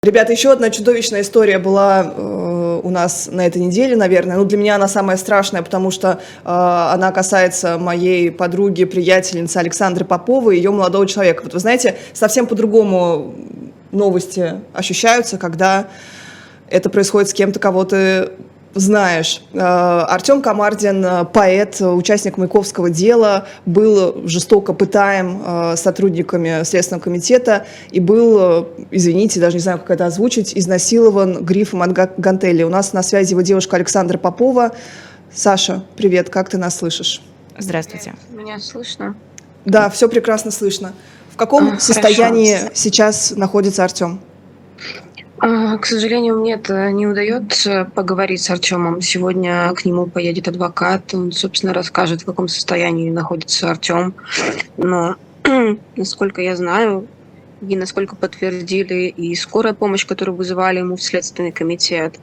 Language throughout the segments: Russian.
Ребята, еще одна чудовищная история была у нас на этой неделе, наверное. Ну, для меня она самая страшная, потому что она касается моей подруги, приятельницы Александры Поповой и ее молодого человека. Вот вы знаете, совсем по-другому новости ощущаются, когда это происходит с кем-то, кого ты знаешь. Артем Камардин, поэт, участник Маяковского дела, был жестоко пытаем сотрудниками Следственного комитета и был, извините, даже не знаю, как это озвучить, изнасилован грифом от гантели. У нас на связи его девушка Александра Попова. Саша, привет, как ты нас слышишь? Здравствуйте. Меня слышно? Да, все прекрасно слышно. В каком состоянии сейчас находится Артем? К сожалению, мне это не удается поговорить с Артемом. Сегодня к нему поедет адвокат, он, собственно, расскажет, в каком состоянии находится Артем. Но, насколько я знаю, и насколько подтвердили и скорая помощь, которую вызывали ему в Следственный комитет,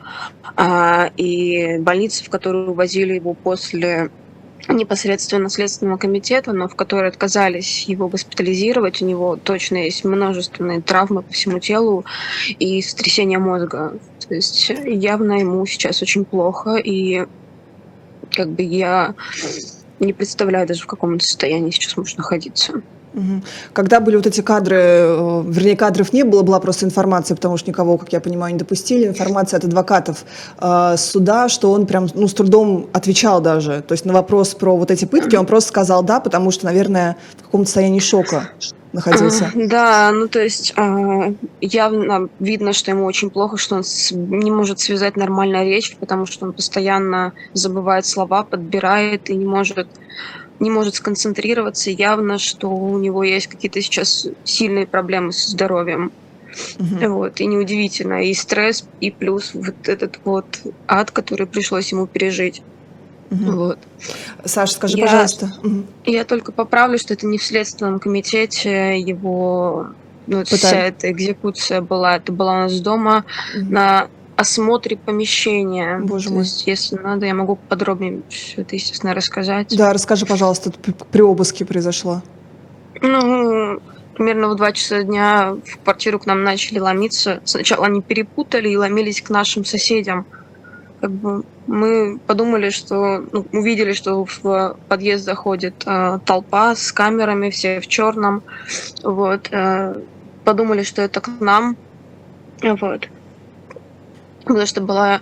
и больница, в которую увозили его после непосредственно Следственного комитета, но в которой отказались его госпитализировать. У него точно есть множественные травмы по всему телу и сотрясение мозга. То есть явно ему сейчас очень плохо, и как бы я не представляю даже, в каком он состоянии сейчас может находиться. Когда были вот эти кадры, вернее, кадров не было, была просто информация, потому что никого, как я понимаю, не допустили, информация от адвокатов суда, что он прям, с трудом отвечал даже. То есть на вопрос про вот эти пытки он просто сказал «да», потому что, наверное, в каком-то состоянии шока находился. Да, то есть явно видно, что ему очень плохо, что он не может связать нормально речь, потому что он постоянно забывает слова, подбирает и не может сконцентрироваться. Явно, что у него есть какие-то сейчас сильные проблемы со здоровьем. Вот, и неудивительно. И стресс, и плюс вот этот вот ад, который пришлось ему пережить. Вот. Саша, скажи, пожалуйста. Я только поправлю, что это не в Следственном комитете его... вся эта экзекуция была. Это была у нас дома на осмотре помещения. Боже мой. То есть, если надо, я могу подробнее все это, естественно, рассказать. Да, расскажи, пожалуйста, при обыске произошло. Примерно в 2 часа дня в квартиру к нам начали ломиться. Сначала они перепутали и ломились к нашим соседям. Как бы мы подумали, что увидели, что в подъезд заходит толпа с камерами, все в черном. Вот. Подумали, что это к нам. Вот. Потому что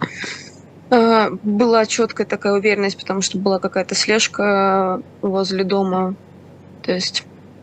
была четкая такая уверенность, потому что была какая-то слежка возле дома. То есть...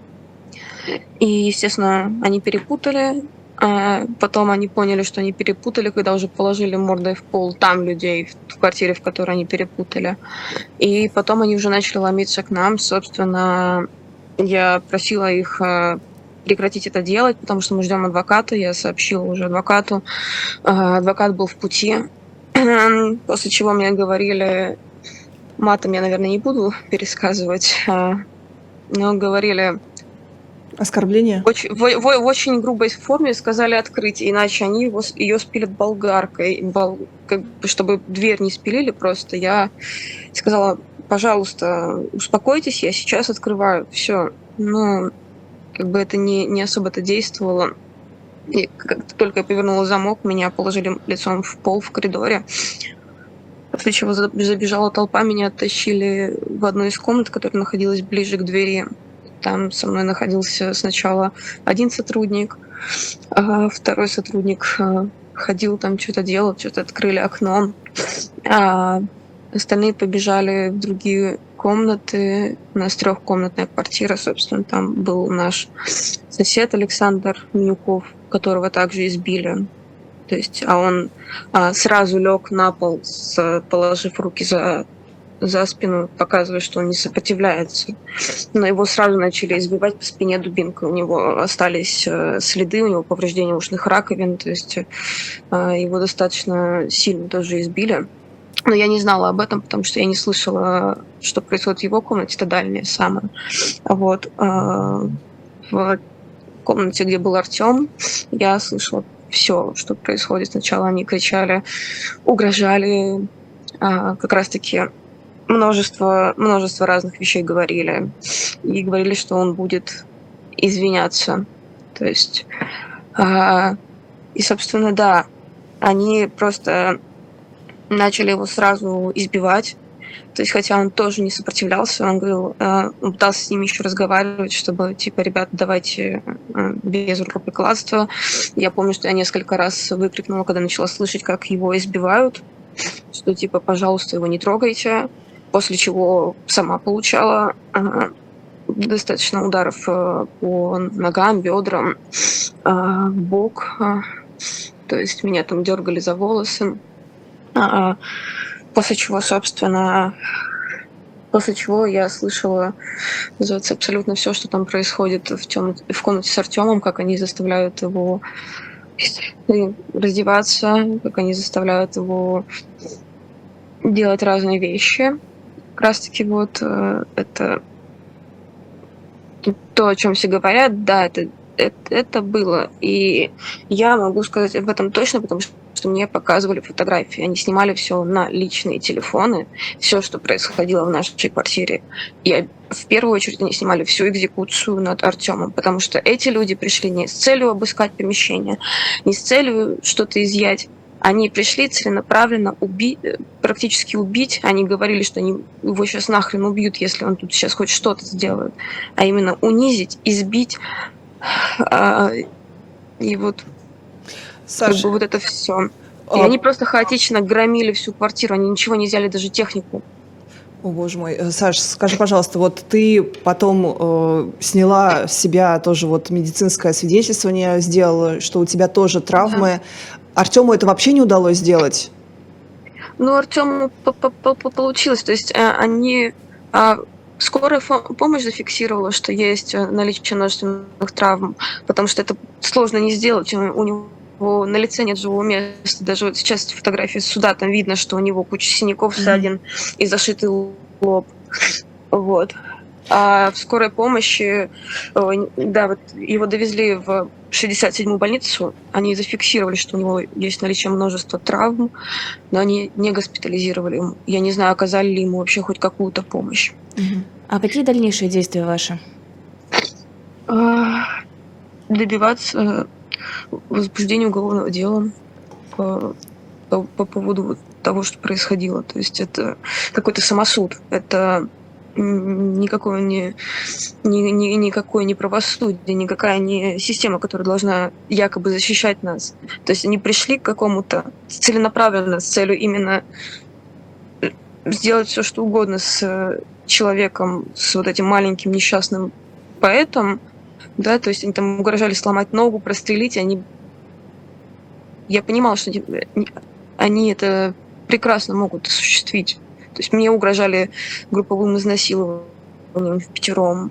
И, естественно, они перепутали. Потом они поняли, что они перепутали, когда уже положили мордой в пол там людей, в квартире, в которой они перепутали. И потом они уже начали ломиться к нам. Собственно, я просила их прекратить это делать, потому что мы ждем адвоката. Я сообщила уже адвокату. Адвокат был в пути. После чего мне говорили... Матом я, наверное, не буду пересказывать. Но говорили... Оскорбление? В очень грубой форме сказали открыть, иначе они ее спилят болгаркой, чтобы дверь не спилили просто. Я сказала, пожалуйста, успокойтесь, я сейчас открываю. Все. Это не особо-то действовало. И как только я повернула замок, меня положили лицом в пол в коридоре. После чего забежала толпа, меня оттащили в одну из комнат, которая находилась ближе к двери. Там со мной находился сначала один сотрудник, а второй сотрудник ходил там, что-то делал, что-то открыли окно. А остальные побежали в другие комнаты. У нас 3-комнатная квартира, собственно, там был наш сосед Александр Минюков, которого также избили. То есть, он сразу лег на пол, положив руки за спину, показывая, что он не сопротивляется. Но его сразу начали избивать по спине дубинкой. У него остались следы, у него повреждения ушных раковин, то есть его достаточно сильно тоже избили. Но я не знала об этом, потому что я не слышала, что происходит в его комнате, это дальняя самая. Вот. В комнате, где был Артем, я слышала все, что происходит. Сначала они кричали, угрожали, как раз-таки множество разных вещей говорили. И говорили, что он будет извиняться. То есть И, собственно, да, они просто начали его сразу избивать. То есть, хотя он тоже не сопротивлялся, он говорил, он пытался с ними еще разговаривать, чтобы, типа, ребята, давайте без рукоприкладства. Я помню, что я несколько раз выкрикнула, когда начала слышать, как его избивают, что, типа, пожалуйста, его не трогайте. После чего сама получала достаточно ударов по ногам, бедрам, в бок. То есть меня там дергали за волосы. После чего, собственно, я слышала, называется, абсолютно все, что там происходит в комнате с Артемом, как они заставляют его раздеваться, как они заставляют его делать разные вещи. Как раз-таки вот это то, о чем все говорят, да, это было. И я могу сказать об этом точно, потому что мне показывали фотографии. Они снимали все на личные телефоны, все, что происходило в нашей квартире. И в первую очередь они снимали всю экзекуцию над Артемом, потому что эти люди пришли не с целью обыскать помещение, не с целью что-то изъять. Они пришли целенаправленно практически убить. Они говорили, что они его сейчас нахрен убьют, если он тут сейчас хоть что-то сделает. А именно унизить, избить. И вот, Саш, как бы вот это все. И они просто хаотично громили всю квартиру. Они ничего не взяли, даже технику. О, боже мой. Саш, скажи, пожалуйста, вот ты потом сняла с себя тоже вот медицинское свидетельствование, сделала, что у тебя тоже травмы. Да. Артему это вообще не удалось сделать? Ну, Артему получилось. То есть они... Скорая помощь зафиксировала, что есть наличие множественных травм, потому что это сложно не сделать. У него на лице нет живого места. Даже вот сейчас фотографии с суда, там видно, что у него куча синяков, ссадин и зашитый лоб. Вот. А в скорой помощи, да, вот его довезли в 67-ю больницу, они зафиксировали, что у него есть наличие множества травм, но они не госпитализировали ему. Я не знаю, оказали ли ему вообще хоть какую-то помощь. А какие дальнейшие действия ваши? Добиваться возбуждения уголовного дела по поводу того, что происходило. То есть это какой-то самосуд. Это никакое не правосудие, никакая не система, которая должна якобы защищать нас. То есть они пришли к какому-то целенаправленно, с целью именно сделать все, что угодно с человеком, с вот этим маленьким несчастным поэтом, да, то есть они там угрожали сломать ногу, прострелить, я понимала, что они это прекрасно могут осуществить. То есть мне угрожали групповым изнасилованием впятером,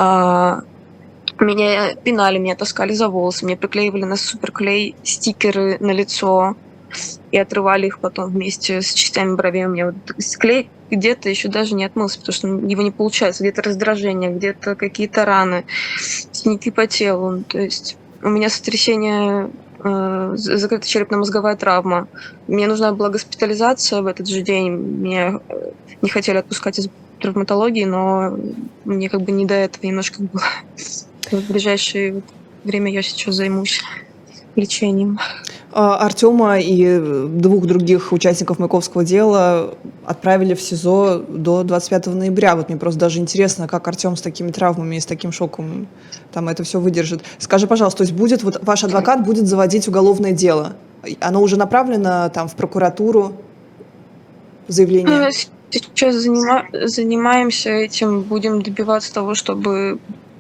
меня пинали, меня таскали за волосы, мне приклеивали на суперклей стикеры на лицо и отрывали их потом вместе с частями бровей. У меня вот клей где-то еще даже не отмылся, потому что его не получается. Где-то раздражение, где-то какие-то раны, синяки по телу. То есть у меня сотрясение, закрытая черепно-мозговая травма. Мне нужна была госпитализация в этот же день. Меня не хотели отпускать из травматологии, но мне как бы не до этого немножко было. В ближайшее время я сейчас займусь лечением. Артема и 2 других участников Маяковского дела отправили в СИЗО до 25 ноября. Вот мне просто даже интересно, как Артем с такими травмами и с таким шоком там это все выдержит. Скажи, пожалуйста, то есть будет, вот ваш адвокат будет заводить уголовное дело? Оно уже направлено там в прокуратуру? Заявление? Сейчас занимаемся этим, будем добиваться того, чтобы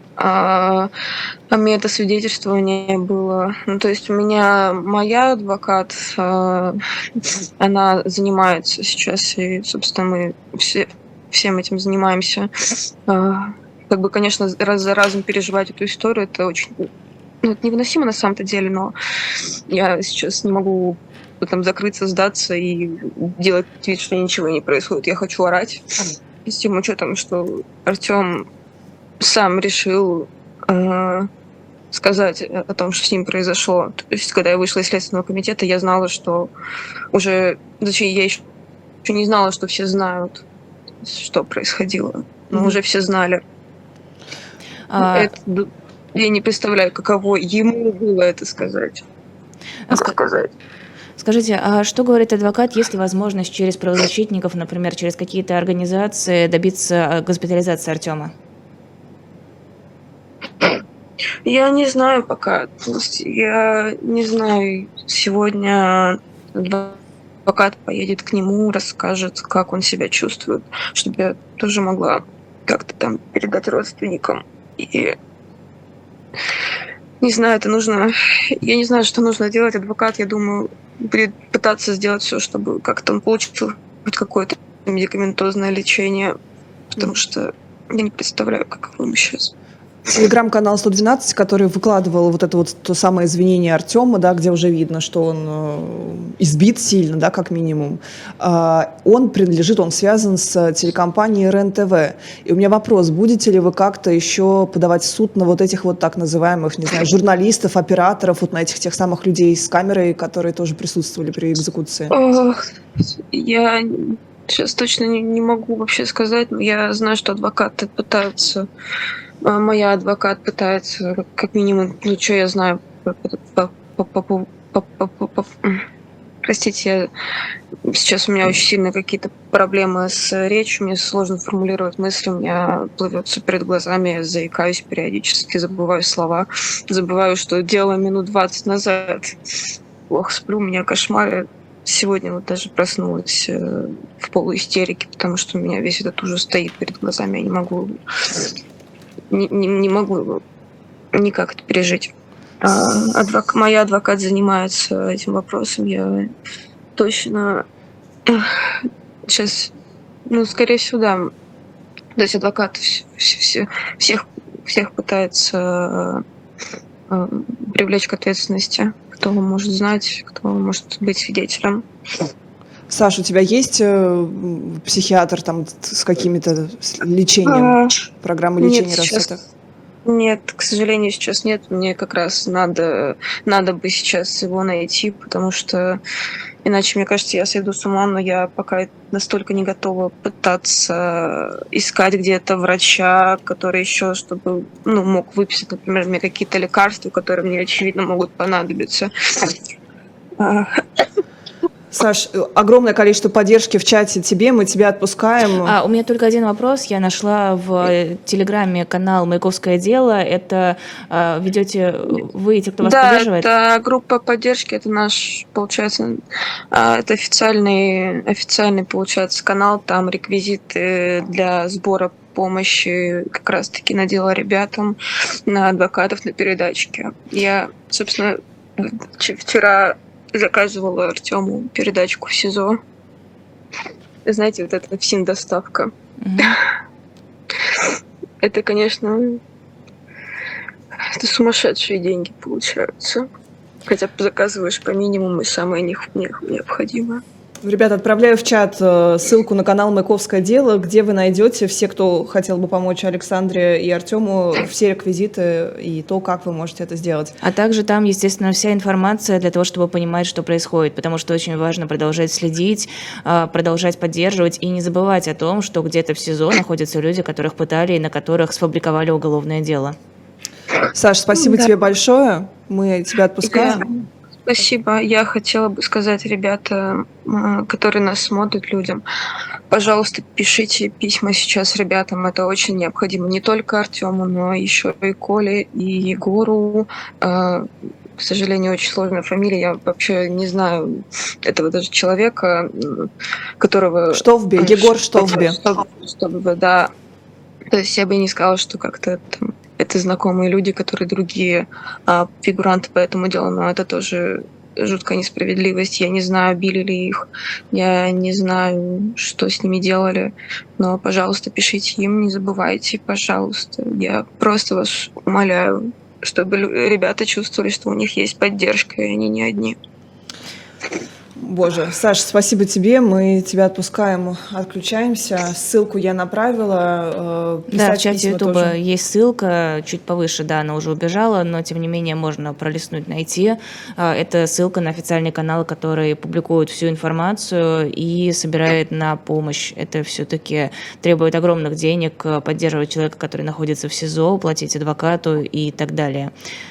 медосвидетельствование было. Ну, то есть у меня моя адвокат, она занимается сейчас, и, собственно, мы всем этим занимаемся. Как бы, конечно, раз за разом переживать эту историю, это очень это невыносимо на самом-то деле, но я сейчас не могу там закрыться, сдаться и делать вид, что ничего не происходит. Я хочу орать. С тем учетом, что Артем сам решил сказать о том, что с ним произошло. То есть, когда я вышла из Следственного комитета, я знала, что уже... Точнее, я еще не знала, что все знают, что происходило. Но уже все знали. Я не представляю, каково ему было это сказать. А как сказать. Скажите, а что говорит адвокат, есть ли возможность через правозащитников, например, через какие-то организации добиться госпитализации Артема? Я не знаю пока. То есть я не знаю, сегодня адвокат поедет к нему, расскажет, как он себя чувствует, чтобы я тоже могла как-то там передать родственникам. И не знаю, это нужно... Я не знаю, что нужно делать. Адвокат, я думаю, будет пытаться сделать все, чтобы как-то он получил хоть какое-то медикаментозное лечение, потому что я не представляю, каково ему сейчас. Телеграм-канал 112, который выкладывал вот это вот то самое извинение Артема, да, где уже видно, что он избит сильно, да, как минимум, он связан с телекомпанией РЕН-ТВ. И у меня вопрос, будете ли вы как-то еще подавать в суд на вот этих вот так называемых, не знаю, журналистов, операторов, вот на этих тех самых людей с камерой, которые тоже присутствовали при экзекуции? Я сейчас точно не могу вообще сказать, но я знаю, что адвокаты пытаются... Моя адвокат пытается, как минимум, ну, что я знаю, простите, сейчас у меня очень сильно какие-то проблемы с речью, мне сложно формулировать мысли, у меня плывет все перед глазами, я заикаюсь периодически, забываю слова, забываю, что делала минут 20 назад. Плохо сплю, у меня кошмары. Сегодня вот даже проснулась в полуистерике, потому что у меня весь этот ужас стоит перед глазами, я не могу его никак это пережить. Моя адвокат занимается этим вопросом. Я точно сейчас, ну, скорее всего, да. То есть адвокат всех пытается привлечь к ответственности, кто может знать, кто может быть свидетелем. Саша, у тебя есть психиатр там с какими-то лечением, программы лечения рассудка? Нет, к сожалению, сейчас нет. Мне как раз надо бы сейчас его найти, потому что иначе, мне кажется, я сойду с ума, но я пока настолько не готова пытаться искать где-то врача, который еще, чтобы, ну, мог выписать, например, мне какие-то лекарства, которые мне, очевидно, могут понадобиться. Саш, огромное количество поддержки в чате тебе, мы тебя отпускаем. У меня только один вопрос. Я нашла в Телеграме канал «Маяковское дело». Это ведете вы, те, кто вас поддерживает? Да, это группа поддержки, это наш, получается, это официальный, получается, канал, там реквизиты для сбора помощи как раз-таки на дело ребятам, на адвокатов, на передачке. Я, собственно, вчера заказывала Артему передачку в СИЗО. Знаете, вот эта ФСИН-доставка. Это, конечно, это сумасшедшие деньги получаются. Хотя заказываешь по минимуму и самое необходимое. Ребята, отправляю в чат ссылку на канал «Маяковское дело», где вы найдете, все, кто хотел бы помочь Александре и Артему, все реквизиты и то, как вы можете это сделать. А также там, естественно, вся информация для того, чтобы понимать, что происходит, потому что очень важно продолжать следить, продолжать поддерживать и не забывать о том, что где-то в СИЗО находятся люди, которых пытали и на которых сфабриковали уголовное дело. Саш, спасибо тебе большое, мы тебя отпускаем. Спасибо. Я хотела бы сказать, ребята, которые нас смотрят, людям, пожалуйста, пишите письма сейчас ребятам. Это очень необходимо. Не только Артему, но еще и Коле, и Егору. К сожалению, очень сложная фамилия. Я вообще не знаю этого даже человека, которого... Штовби, Егор Штовби. Штовби, да. То есть я бы не сказала, что как-то там... Это знакомые люди, которые другие фигуранты по этому делу, но это тоже жуткая несправедливость. Я не знаю, били ли их, я не знаю, что с ними делали, но, пожалуйста, пишите им, не забывайте, пожалуйста. Я просто вас умоляю, чтобы ребята чувствовали, что у них есть поддержка, и они не одни. Боже, Саша, спасибо тебе, мы тебя отпускаем, отключаемся. Ссылку я направила. Да, в чате Ютуба есть ссылка, чуть повыше, да, она уже убежала, но тем не менее можно пролистнуть, найти. Это ссылка на официальный канал, который публикует всю информацию и собирает на помощь. Это все-таки требует огромных денег поддерживать человека, который находится в СИЗО, платить адвокату и так далее.